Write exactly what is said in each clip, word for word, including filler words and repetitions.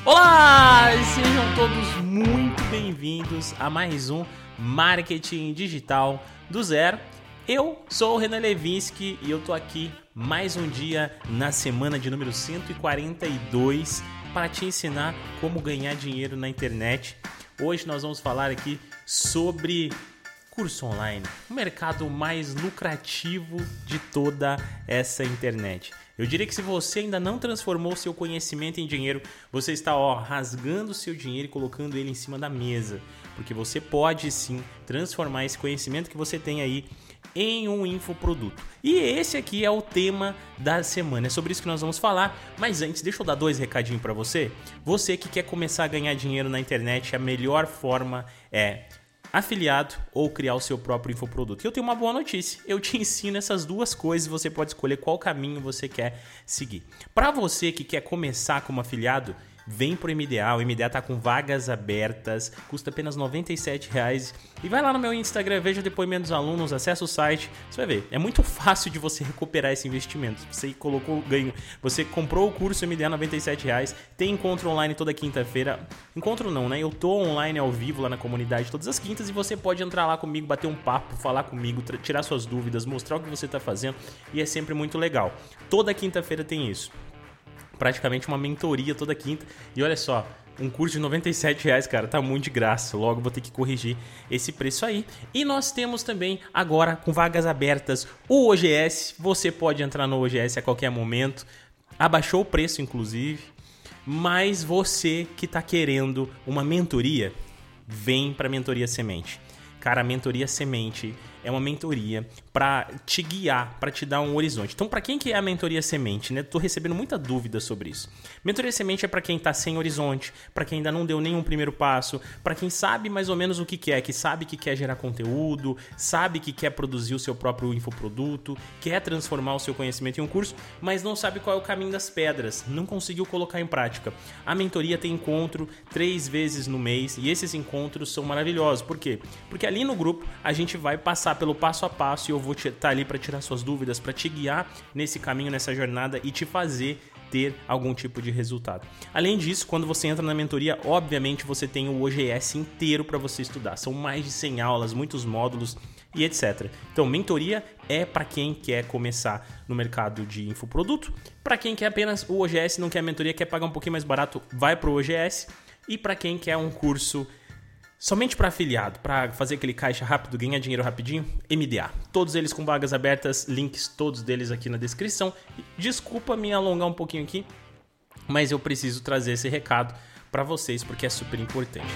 Olá! Sejam todos muito bem-vindos a mais um Marketing Digital do Zero. Eu sou o Renan Levinsky e eu tô aqui mais um dia na semana de número cento e quarenta e dois para te ensinar como ganhar dinheiro na internet. Hoje nós vamos falar aqui sobre curso online, o mercado mais lucrativo de toda essa internet. Eu diria que se você ainda não transformou seu conhecimento em dinheiro, você está ó, rasgando seu dinheiro e colocando ele em cima da mesa. Porque você pode sim transformar esse conhecimento que você tem aí em um infoproduto. E esse aqui é o tema da semana, é sobre isso que nós vamos falar. Mas antes, deixa eu dar dois recadinhos para você. Você que quer começar a ganhar dinheiro na internet, a melhor forma é afiliado ou criar o seu próprio infoproduto. E eu tenho uma boa notícia, eu te ensino essas duas coisas e você pode escolher qual caminho você quer seguir. Para você que quer começar como afiliado, vem pro M D A, o M D A tá com vagas abertas, custa apenas noventa e sete reais. E vai lá no meu Instagram, veja depoimentos dos alunos, acessa o site, você vai ver. É muito fácil de você recuperar esse investimento. Você colocou ganho, você comprou o curso M D A noventa e sete reais, tem encontro online toda quinta-feira. Encontro não, né? Eu tô online ao vivo lá na comunidade todas as quintas e você pode entrar lá comigo, bater um papo, falar comigo, tirar suas dúvidas, mostrar o que você tá fazendo e é sempre muito legal. Toda quinta-feira tem isso. Praticamente uma mentoria toda quinta. E olha só, um curso de noventa e sete reais, cara, tá muito de graça. Logo vou ter que corrigir esse preço aí. E nós temos também agora com vagas abertas o O G S. Você pode entrar no O G S a qualquer momento. Abaixou o preço, inclusive. Mas você que tá querendo uma mentoria, vem pra Mentoria Semente. Cara, a Mentoria Semente é uma mentoria para te guiar, para te dar um horizonte. Então, para quem que é a Mentoria Semente, né? Tô recebendo muita dúvida sobre isso. Mentoria Semente é para quem tá sem horizonte, para quem ainda não deu nenhum primeiro passo, para quem sabe mais ou menos o que quer, que sabe que quer gerar conteúdo, sabe que quer produzir o seu próprio infoproduto, quer transformar o seu conhecimento em um curso, mas não sabe qual é o caminho das pedras, não conseguiu colocar em prática. A mentoria tem encontro três vezes no mês e esses encontros são maravilhosos. Por quê? Porque ali no grupo a gente vai passar pelo passo a passo e eu vou estar ali para tirar suas dúvidas, para te guiar nesse caminho, nessa jornada e te fazer ter algum tipo de resultado. Além disso, quando você entra na mentoria, obviamente você tem o O G S inteiro para você estudar. São mais de cem aulas, muitos módulos e etcétera. Então, mentoria é para quem quer começar no mercado de infoproduto. Para quem quer apenas o O G S, não quer mentoria, quer pagar um pouquinho mais barato, vai para o O G S. E para quem quer um curso somente para afiliado, para fazer aquele caixa rápido, ganhar dinheiro rapidinho, M D A. Todos eles com vagas abertas, links todos deles aqui na descrição. Desculpa me alongar um pouquinho aqui, mas eu preciso trazer esse recado para vocês porque é super importante.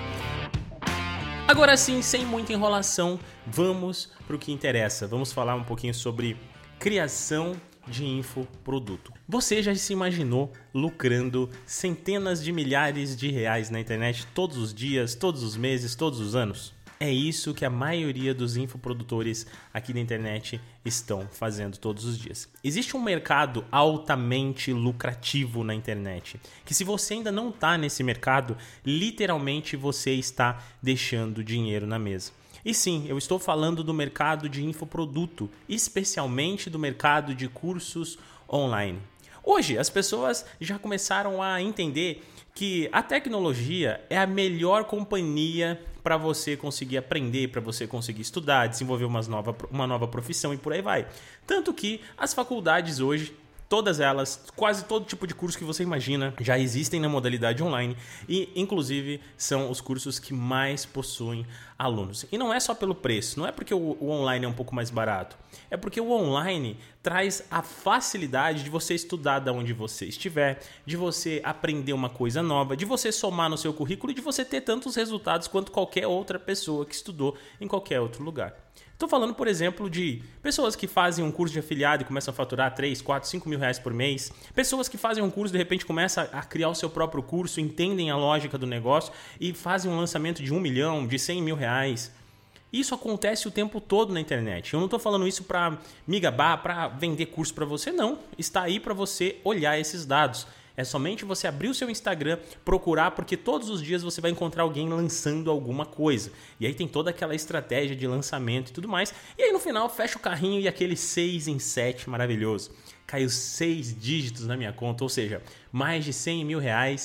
Agora sim, sem muita enrolação, vamos para o que interessa. Vamos falar um pouquinho sobre criação de infoproduto. Você já se imaginou lucrando centenas de milhares de reais na internet todos os dias, todos os meses, todos os anos? É isso que a maioria dos infoprodutores aqui da internet estão fazendo todos os dias. Existe um mercado altamente lucrativo na internet, que se você ainda não está nesse mercado, literalmente você está deixando dinheiro na mesa. E sim, eu estou falando do mercado de infoproduto, especialmente do mercado de cursos online. Hoje, as pessoas já começaram a entender que a tecnologia é a melhor companhia para você conseguir aprender, para você conseguir estudar, desenvolver umas nova, uma nova profissão e por aí vai. Tanto que as faculdades hoje, todas elas, quase todo tipo de curso que você imagina, já existem na modalidade online e, inclusive, são os cursos que mais possuem alunos. E não é só pelo preço, não é porque o, o online é um pouco mais barato, é porque o online traz a facilidade de você estudar da onde você estiver, de você aprender uma coisa nova, de você somar no seu currículo e de você ter tantos resultados quanto qualquer outra pessoa que estudou em qualquer outro lugar. Estou falando, por exemplo, de pessoas que fazem um curso de afiliado e começam a faturar três, quatro, cinco mil reais por mês. Pessoas que fazem um curso e de repente começam a criar o seu próprio curso, entendem a lógica do negócio e fazem um lançamento de um milhão, de cem mil reais. Isso acontece o tempo todo na internet. Eu não estou falando isso para me gabar, para vender curso para você, não. Está aí para você olhar esses dados. É somente você abrir o seu Instagram, procurar, porque todos os dias você vai encontrar alguém lançando alguma coisa. E aí tem toda aquela estratégia de lançamento e tudo mais. E aí no final fecha o carrinho e aquele seis em sete maravilhoso. Caiu seis dígitos na minha conta, ou seja, mais de cem mil reais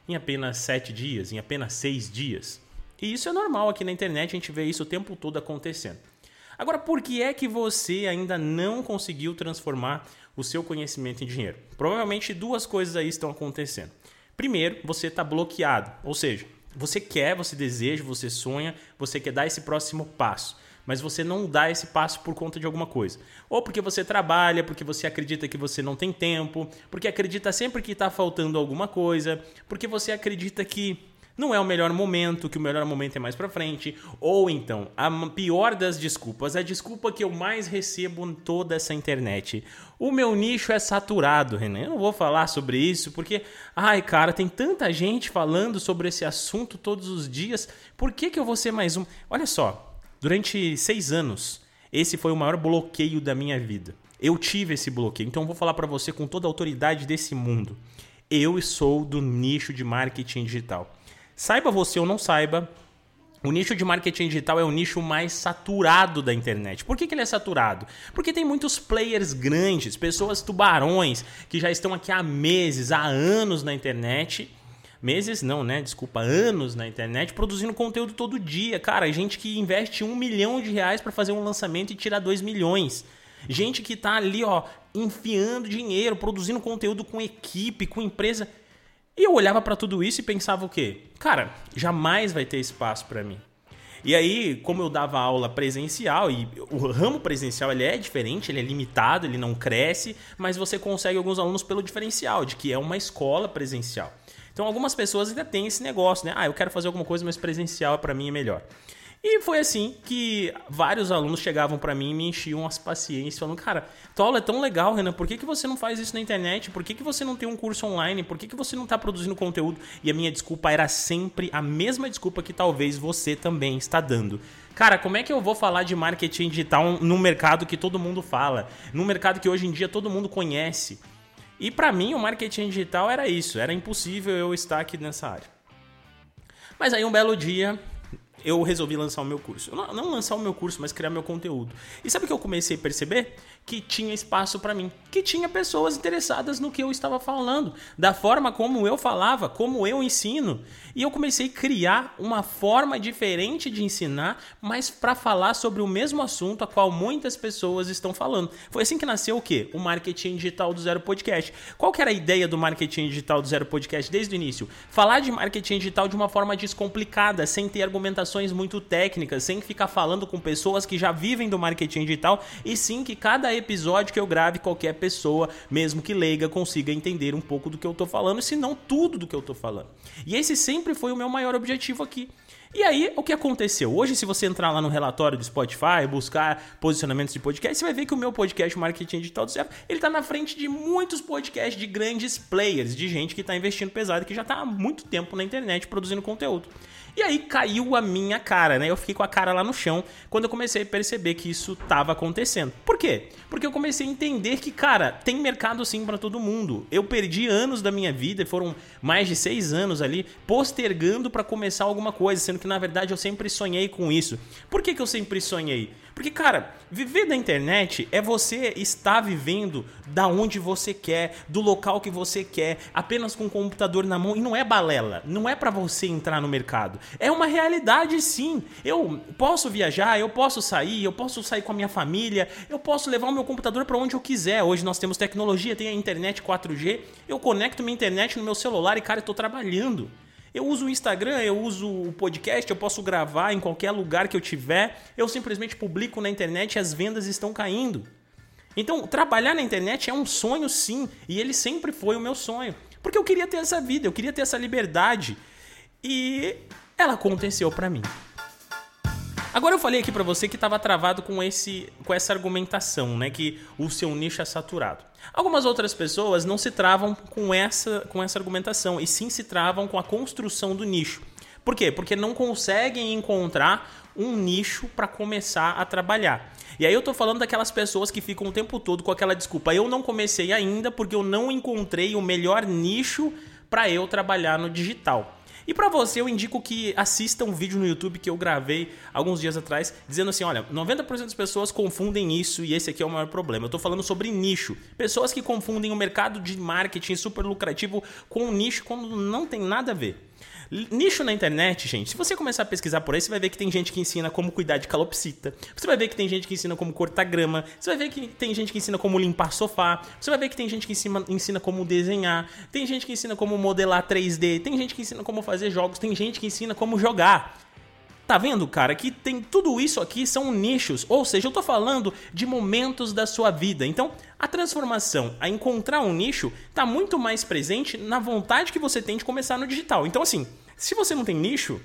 em apenas sete dias, em apenas seis dias. E isso é normal aqui na internet, a gente vê isso o tempo todo acontecendo. Agora, por que é que você ainda não conseguiu transformar o seu conhecimento em dinheiro? Provavelmente duas coisas aí estão acontecendo. Primeiro, você está bloqueado, ou seja, você quer, você deseja, você sonha, você quer dar esse próximo passo, mas você não dá esse passo por conta de alguma coisa. Ou porque você trabalha, porque você acredita que você não tem tempo, porque acredita sempre que está faltando alguma coisa, porque você acredita que não é o melhor momento, que o melhor momento é mais pra frente. Ou então, a pior das desculpas, a desculpa que eu mais recebo em toda essa internet. O meu nicho é saturado, Renan. Eu não vou falar sobre isso porque, ai cara, tem tanta gente falando sobre esse assunto todos os dias. Por que que eu vou ser mais um? Olha só, durante seis anos, esse foi o maior bloqueio da minha vida. Eu tive esse bloqueio, então eu vou falar pra você com toda a autoridade desse mundo. Eu sou do nicho de marketing digital. Saiba você ou não saiba, o nicho de marketing digital é o nicho mais saturado da internet. Por que que ele é saturado? Porque tem muitos players grandes, pessoas tubarões, que já estão aqui há meses, há anos na internet. Meses não, né? Desculpa, anos na internet, produzindo conteúdo todo dia. Cara, gente que investe um milhão de reais para fazer um lançamento e tirar dois milhões. Gente que tá ali, ó, enfiando dinheiro, produzindo conteúdo com equipe, com empresa. E eu olhava para tudo isso e pensava o quê? Cara, jamais vai ter espaço para mim. E aí, como eu dava aula presencial, e o ramo presencial ele é diferente, ele é limitado, ele não cresce, mas você consegue alguns alunos pelo diferencial, de que é uma escola presencial. Então, algumas pessoas ainda têm esse negócio, né? Ah, eu quero fazer alguma coisa, mas presencial para mim é melhor. E foi assim que vários alunos chegavam para mim e me enchiam as paciências, falando, cara, tua aula é tão legal, Renan, por que que você não faz isso na internet? Por que que você não tem um curso online? Por que que você não está produzindo conteúdo? E a minha desculpa era sempre a mesma desculpa que talvez você também está dando. Cara, como é que eu vou falar de marketing digital num mercado que todo mundo fala? Num mercado que hoje em dia todo mundo conhece? E para mim o marketing digital era isso, era impossível eu estar aqui nessa área. Mas aí um belo dia eu resolvi lançar o meu curso. Não, não lançar o meu curso, mas criar meu conteúdo. E sabe o que eu comecei a perceber? Que tinha espaço para mim. Que tinha pessoas interessadas no que eu estava falando. Da forma como eu falava, como eu ensino. E eu comecei a criar uma forma diferente de ensinar, mas para falar sobre o mesmo assunto a qual muitas pessoas estão falando. Foi assim que nasceu o quê? O Marketing Digital do Zero Podcast. Qual que era a ideia do Marketing Digital do Zero Podcast desde o início? Falar de marketing digital de uma forma descomplicada, sem ter argumentações muito técnicas, sem ficar falando com pessoas que já vivem do marketing digital, e sim que cada episódio que eu grave, qualquer pessoa, mesmo que leiga, consiga entender um pouco do que eu tô falando, se não tudo do que eu tô falando. E esse sempre foi o meu maior objetivo aqui. E aí, o que aconteceu? Hoje, se você entrar lá no relatório do Spotify, buscar posicionamentos de podcast, você vai ver que o meu podcast Marketing Digital do Zero, ele tá na frente de muitos podcasts de grandes players, de gente que tá investindo pesado, que já tá há muito tempo na internet produzindo conteúdo. E aí caiu a minha cara, né? Eu fiquei com a cara lá no chão quando eu comecei a perceber que isso estava acontecendo. Por quê? Porque eu comecei a entender que, cara, tem mercado sim para todo mundo. Eu perdi anos da minha vida, foram mais de seis anos ali, postergando para começar alguma coisa, sendo que, na verdade, eu sempre sonhei com isso. Por que que eu sempre sonhei? Porque, cara, viver da internet é você estar vivendo da onde você quer, do local que você quer, apenas com o computador na mão. E não é balela, não é para você entrar no mercado. É uma realidade, sim. Eu posso viajar, eu posso sair, eu posso sair com a minha família, eu posso levar o meu computador para onde eu quiser. Hoje nós temos tecnologia, tem a internet quatro G, eu conecto minha internet no meu celular e, cara, eu tô trabalhando. Eu uso o Instagram, eu uso o podcast, eu posso gravar em qualquer lugar que eu tiver, eu simplesmente publico na internet e as vendas estão caindo. Então, trabalhar na internet é um sonho, sim, e ele sempre foi o meu sonho. Porque eu queria ter essa vida, eu queria ter essa liberdade. E ela aconteceu pra mim. Agora eu falei aqui pra você que estava travado com, esse, com essa argumentação, né? Que o seu nicho é saturado. Algumas outras pessoas não se travam com essa, com essa argumentação, e sim se travam com a construção do nicho. Por quê? Porque não conseguem encontrar um nicho para começar a trabalhar. E aí eu tô falando daquelas pessoas que ficam o tempo todo com aquela desculpa. Eu não comecei ainda porque eu não encontrei o melhor nicho para eu trabalhar no digital. E pra você, eu indico que assista um vídeo no YouTube que eu gravei alguns dias atrás, dizendo assim, olha, noventa por cento das pessoas confundem isso e esse aqui é o maior problema. Eu tô falando sobre nicho. Pessoas que confundem o mercado de marketing super lucrativo com um nicho quando não tem nada a ver. Nicho na internet, gente, se você começar a pesquisar por aí, você vai ver que tem gente que ensina como cuidar de calopsita, você vai ver que tem gente que ensina como cortar grama, você vai ver que tem gente que ensina como limpar sofá, você vai ver que tem gente que ensina, ensina como desenhar, tem gente que ensina como modelar três D, tem gente que ensina como fazer jogos, tem gente que ensina como jogar. Tá vendo, cara, que tem tudo isso aqui são nichos, ou seja, eu tô falando de momentos da sua vida. Então, a transformação, a encontrar um nicho, tá muito mais presente na vontade que você tem de começar no digital. Então, assim, se você não tem nicho,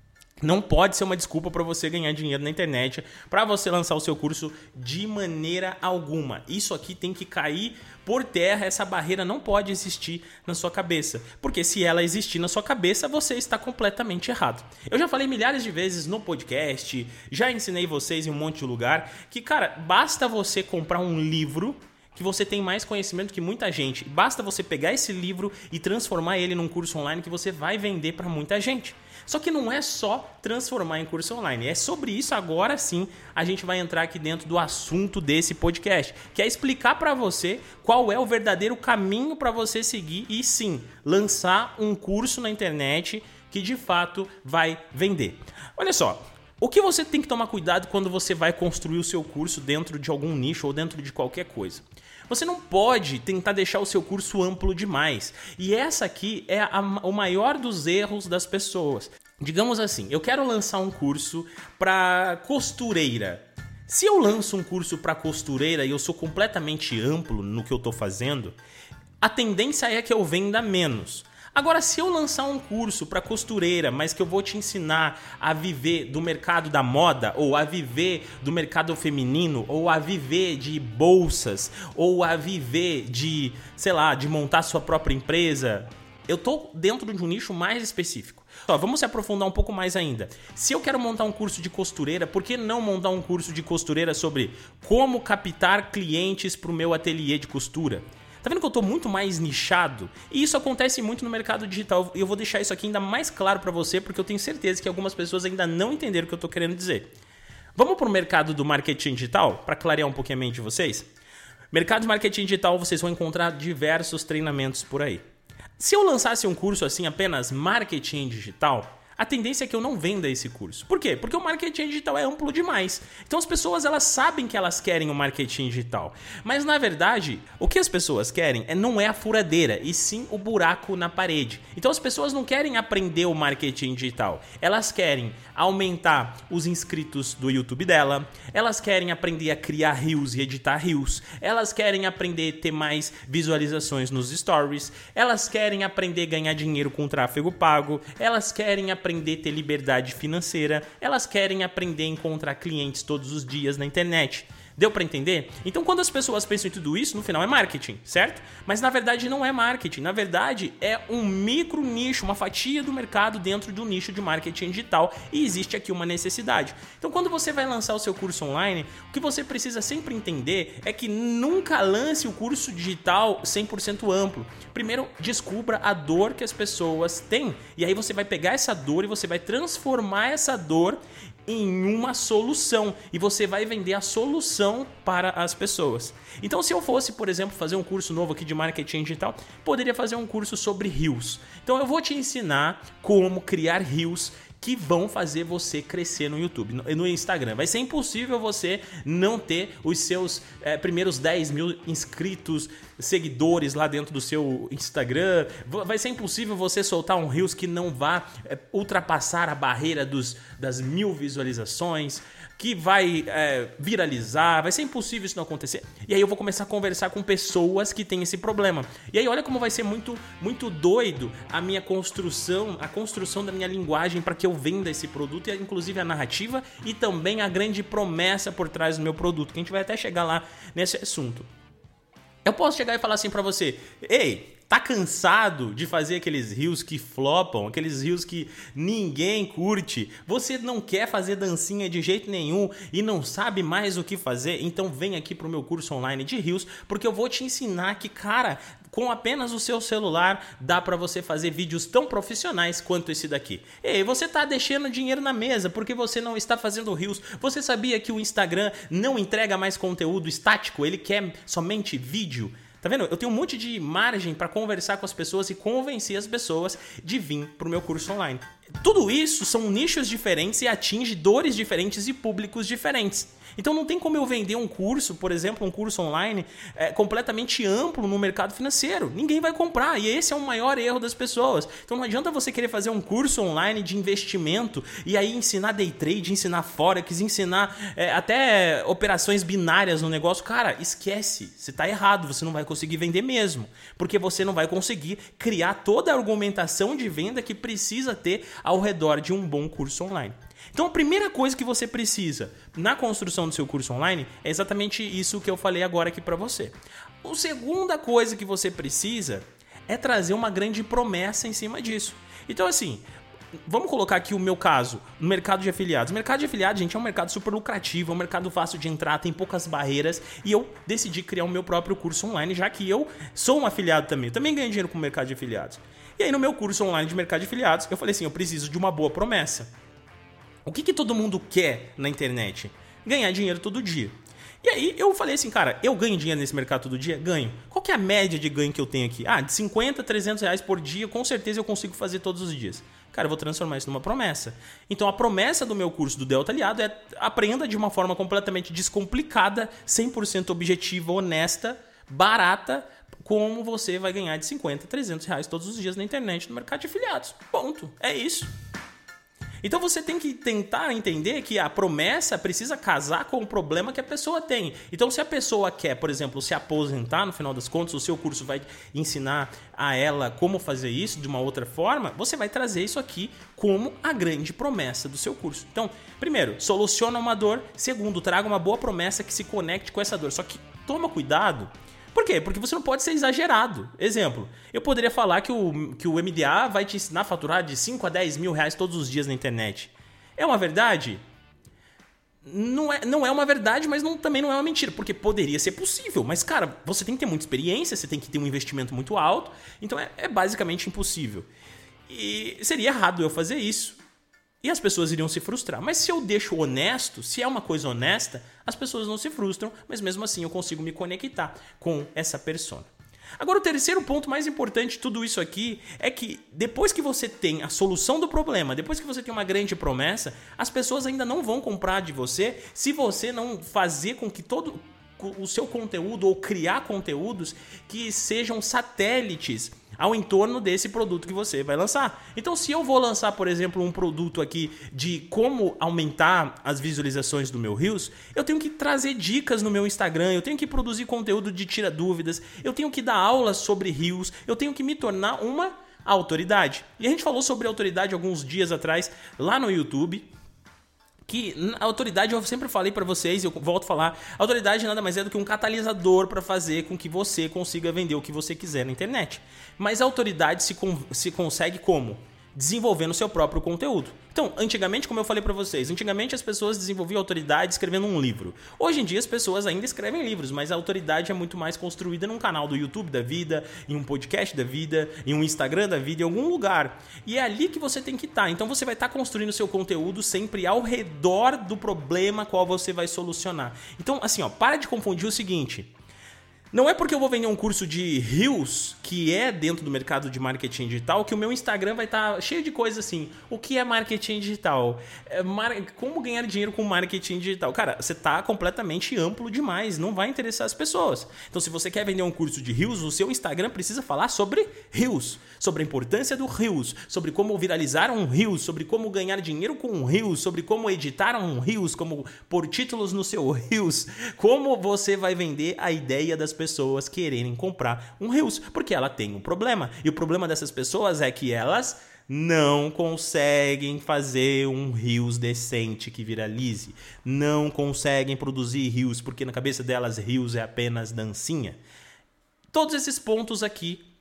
não pode ser uma desculpa para você ganhar dinheiro na internet, para você lançar o seu curso de maneira alguma. Isso aqui tem que cair por terra, essa barreira não pode existir na sua cabeça. Porque se ela existir na sua cabeça, você está completamente errado. Eu já falei milhares de vezes no podcast, já ensinei vocês em um monte de lugar, que, cara, basta você comprar um livro que você tem mais conhecimento que muita gente. Basta você pegar esse livro e transformar ele num curso online que você vai vender para muita gente. Só que não é só transformar em curso online. É sobre isso agora sim a gente vai entrar aqui dentro do assunto desse podcast, que é explicar para você qual é o verdadeiro caminho para você seguir e sim, lançar um curso na internet que de fato vai vender. Olha só, o que você tem que tomar cuidado quando você vai construir o seu curso dentro de algum nicho ou dentro de qualquer coisa? Você não pode tentar deixar o seu curso amplo demais. E essa aqui é a, o maior dos erros das pessoas. Digamos assim, eu quero lançar um curso para costureira. Se eu lanço um curso para costureira e eu sou completamente amplo no que eu estou fazendo, a tendência é que eu venda menos. Agora, se eu lançar um curso para costureira, mas que eu vou te ensinar a viver do mercado da moda, ou a viver do mercado feminino, ou a viver de bolsas, ou a viver de, sei lá, de montar sua própria empresa, eu tô dentro de um nicho mais específico. Ó, vamos se aprofundar um pouco mais ainda. Se eu quero montar um curso de costureira, por que não montar um curso de costureira sobre como captar clientes para o meu ateliê de costura? Tá vendo que eu tô muito mais nichado? E isso acontece muito no mercado digital. E eu vou deixar isso aqui ainda mais claro para você, porque eu tenho certeza que algumas pessoas ainda não entenderam o que eu tô querendo dizer. Vamos pro mercado do marketing digital, para clarear um pouquinho a mente de vocês? Mercado de marketing digital, vocês vão encontrar diversos treinamentos por aí. Se eu lançasse um curso assim, apenas marketing digital, a tendência é que eu não venda esse curso. Por quê? Porque o marketing digital é amplo demais. Então as pessoas elas sabem que elas querem o marketing digital. Mas na verdade, o que as pessoas querem é, não é a furadeira, e sim o buraco na parede. Então as pessoas não querem aprender o marketing digital. Elas querem aumentar os inscritos do YouTube dela. Elas querem aprender a criar reels e editar reels. Elas querem aprender a ter mais visualizações nos stories. Elas querem aprender a ganhar dinheiro com tráfego pago. Elas querem aprender aprender a ter liberdade financeira, elas querem aprender a encontrar clientes todos os dias na internet. Deu para entender? Então, quando as pessoas pensam em tudo isso, no final é marketing, certo? Mas na verdade não é marketing, na verdade é um micro nicho, uma fatia do mercado dentro do nicho de marketing digital, e existe aqui uma necessidade. Então, quando você vai lançar o seu curso online, o que você precisa sempre entender é que nunca lance o curso digital cem por cento amplo. Primeiro, descubra a dor que as pessoas têm, e aí você vai pegar essa dor e você vai transformar essa dor em uma solução, e você vai vender a solução para as pessoas. Então, se eu fosse, por exemplo, fazer um curso novo aqui de marketing digital, poderia fazer um curso sobre reels. Então eu vou te ensinar como criar reels que vão fazer você crescer no YouTube, no, no Instagram. Vai ser impossível você não ter os seus é, primeiros dez mil inscritos, seguidores lá dentro do seu Instagram. Vai ser impossível você soltar um Reels que não vá é, ultrapassar a barreira dos, das mil visualizações, que vai é, viralizar. Vai ser impossível isso não acontecer. E aí eu vou começar a conversar com pessoas que têm esse problema. E aí olha como vai ser muito, muito doido a minha construção, a construção da minha linguagem para que eu venda esse produto, e inclusive a narrativa e também a grande promessa por trás do meu produto, que a gente vai até chegar lá nesse assunto. Eu posso chegar e falar assim pra você: ei, Tá cansado de fazer aqueles reels que flopam, aqueles reels que ninguém curte? Você não quer fazer dancinha de jeito nenhum e não sabe mais o que fazer? Então vem aqui pro meu curso online de reels, porque eu vou te ensinar que, cara, com apenas o seu celular dá para você fazer vídeos tão profissionais quanto esse daqui. Ei, você tá deixando dinheiro na mesa porque você não está fazendo reels. Você sabia que o Instagram não entrega mais conteúdo estático? Ele quer somente vídeo. Tá vendo? Eu tenho um monte de margem para conversar com as pessoas e convencer as pessoas de vir pro meu curso online. Tudo isso são nichos diferentes e atinge dores diferentes e públicos diferentes. Então não tem como eu vender um curso, por exemplo, um curso online é, completamente amplo no mercado financeiro. Ninguém vai comprar e esse é o maior erro das pessoas. Então não adianta você querer fazer um curso online de investimento e aí ensinar day trade, ensinar forex, ensinar é, até operações binárias no negócio. Cara, esquece, você está errado, você não vai conseguir vender mesmo. Porque você não vai conseguir criar toda a argumentação de venda que precisa ter ao redor de um bom curso online. Então a primeira coisa que você precisa na construção do seu curso online é exatamente isso que eu falei agora aqui para você. A segunda coisa que você precisa é trazer uma grande promessa em cima disso. Então assim, vamos colocar aqui o meu caso no mercado de afiliados. O mercado de afiliados, gente, é um mercado super lucrativo, é um mercado fácil de entrar, tem poucas barreiras e eu decidi criar o meu próprio curso online, já que eu sou um afiliado também. Eu também ganho dinheiro com o mercado de afiliados. E aí no meu curso online de mercado de afiliados, eu falei assim, eu preciso de uma boa promessa. O que, que todo mundo quer na internet? Ganhar dinheiro todo dia. E aí eu falei assim, cara, eu ganho dinheiro nesse mercado todo dia? Ganho. Qual que é a média de ganho que eu tenho aqui? Ah, de cinquenta, trezentos reais por dia, com certeza eu consigo fazer todos os dias. Cara, eu vou transformar isso numa promessa. Então a promessa do meu curso do Delta Aliado é aprenda de uma forma completamente descomplicada, cem por cento objetiva, honesta, barata, como você vai ganhar de cinquenta, trezentos reais todos os dias na internet no mercado de afiliados. Ponto. É isso. Então você tem que tentar entender que a promessa precisa casar com o problema que a pessoa tem. Então se a pessoa quer, por exemplo, se aposentar, no final das contas, o seu curso vai ensinar a ela como fazer isso de uma outra forma, você vai trazer isso aqui como a grande promessa do seu curso. Então, primeiro, soluciona uma dor. Segundo, traga uma boa promessa que se conecte com essa dor. Só que toma cuidado. Por quê? Porque você não pode ser exagerado. Exemplo, eu poderia falar que o, que o M D A vai te ensinar a faturar de cinco a dez mil reais todos os dias na internet. É uma verdade? Não é, não é uma verdade, mas não, também não é uma mentira. Porque poderia ser possível. Mas, cara, você tem que ter muita experiência, você tem que ter um investimento muito alto. Então é, é basicamente impossível. E seria errado eu fazer isso. E as pessoas iriam se frustrar. Mas se eu deixo honesto, se é uma coisa honesta, as pessoas não se frustram, mas mesmo assim eu consigo me conectar com essa persona. Agora, o terceiro ponto mais importante de tudo isso aqui é que depois que você tem a solução do problema, depois que você tem uma grande promessa, as pessoas ainda não vão comprar de você se você não fazer com que todo o seu conteúdo ou criar conteúdos que sejam satélites ao entorno desse produto que você vai lançar. Então, se eu vou lançar, por exemplo, um produto aqui de como aumentar as visualizações do meu Reels, eu tenho que trazer dicas no meu Instagram, eu tenho que produzir conteúdo de tira dúvidas, eu tenho que dar aulas sobre Reels, eu tenho que me tornar uma autoridade. E a gente falou sobre autoridade alguns dias atrás lá no YouTube, que a autoridade, eu sempre falei para vocês, eu volto a falar, a autoridade nada mais é do que um catalisador para fazer com que você consiga vender o que você quiser na internet. Mas a autoridade se, con- se consegue como? Desenvolvendo o seu próprio conteúdo. Então, antigamente, como eu falei para vocês, antigamente as pessoas desenvolviam autoridade escrevendo um livro. Hoje em dia as pessoas ainda escrevem livros, mas a autoridade é muito mais construída num canal do YouTube da vida, em um podcast da vida, em um Instagram da vida, em algum lugar. E é ali que você tem que estar. Então você vai estar construindo o seu conteúdo sempre ao redor do problema qual você vai solucionar. Então, assim, ó, para de confundir o seguinte. Não é porque eu vou vender um curso de Reels, que é dentro do mercado de marketing digital, que o meu Instagram vai estar cheio de coisas assim. O que é marketing digital? É mar... Como ganhar dinheiro com marketing digital? Cara, você está completamente amplo demais, não vai interessar as pessoas. Então, se você quer vender um curso de Reels, o seu Instagram precisa falar sobre Reels, sobre a importância do Reels, sobre como viralizar um Reels, sobre como ganhar dinheiro com um Reels, sobre como editar um Reels, como pôr títulos no seu Reels, como você vai vender a ideia das pessoas quererem comprar um Reels, porque ela tem um problema. E o problema dessas pessoas é que elas não conseguem fazer um Reels decente que viralize. Não conseguem produzir Reels, porque na cabeça delas Reels é apenas dancinha. Todos esses pontos aqui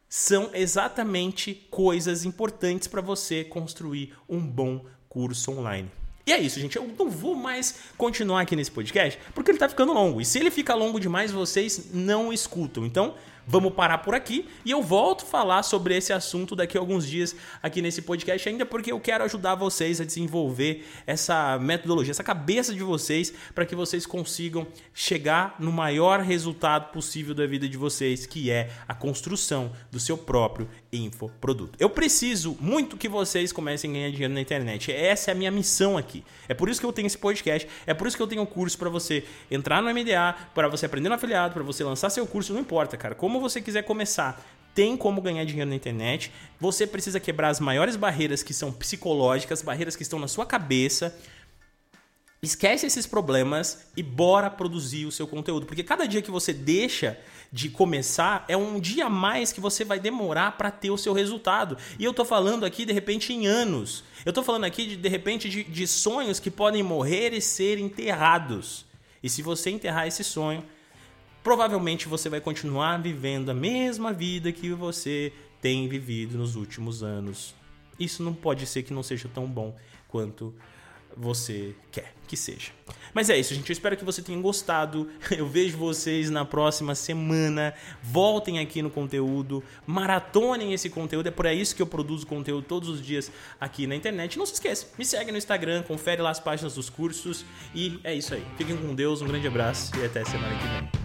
são exatamente coisas importantes para você construir um bom curso online. E é isso, gente. Eu não vou mais continuar aqui nesse podcast porque ele tá ficando longo. E se ele fica longo demais, vocês não escutam. Então, vamos parar por aqui e eu volto a falar sobre esse assunto daqui a alguns dias aqui nesse podcast, ainda porque eu quero ajudar vocês a desenvolver essa metodologia, essa cabeça de vocês, para que vocês consigam chegar no maior resultado possível da vida de vocês, que é a construção do seu próprio infoproduto. Eu preciso muito que vocês comecem a ganhar dinheiro na internet. Essa é a minha missão aqui. É por isso que eu tenho esse podcast, é por isso que eu tenho um curso para você entrar no M D A, para você aprender no afiliado, para você lançar seu curso, não importa, cara. Como você quiser começar, tem como ganhar dinheiro na internet. Você precisa quebrar as maiores barreiras que são psicológicas, barreiras que estão na sua cabeça. Esquece esses problemas e bora produzir o seu conteúdo. Porque cada dia que você deixa de começar é um dia a mais que você vai demorar para ter o seu resultado. E eu tô falando aqui, de repente, em anos. Eu tô falando aqui, de, de repente, de, de sonhos que podem morrer e ser enterrados. E se você enterrar esse sonho, provavelmente você vai continuar vivendo a mesma vida que você tem vivido nos últimos anos. Isso não pode ser que não seja tão bom quanto você quer que seja. Mas é isso, gente. Eu espero que você tenha gostado. Eu vejo vocês na próxima semana. Voltem aqui no conteúdo. Maratonem esse conteúdo. É por isso que eu produzo conteúdo todos os dias aqui na internet. Não se esqueça, me segue no Instagram, confere lá as páginas dos cursos. E é isso aí. Fiquem com Deus, um grande abraço e até semana que vem.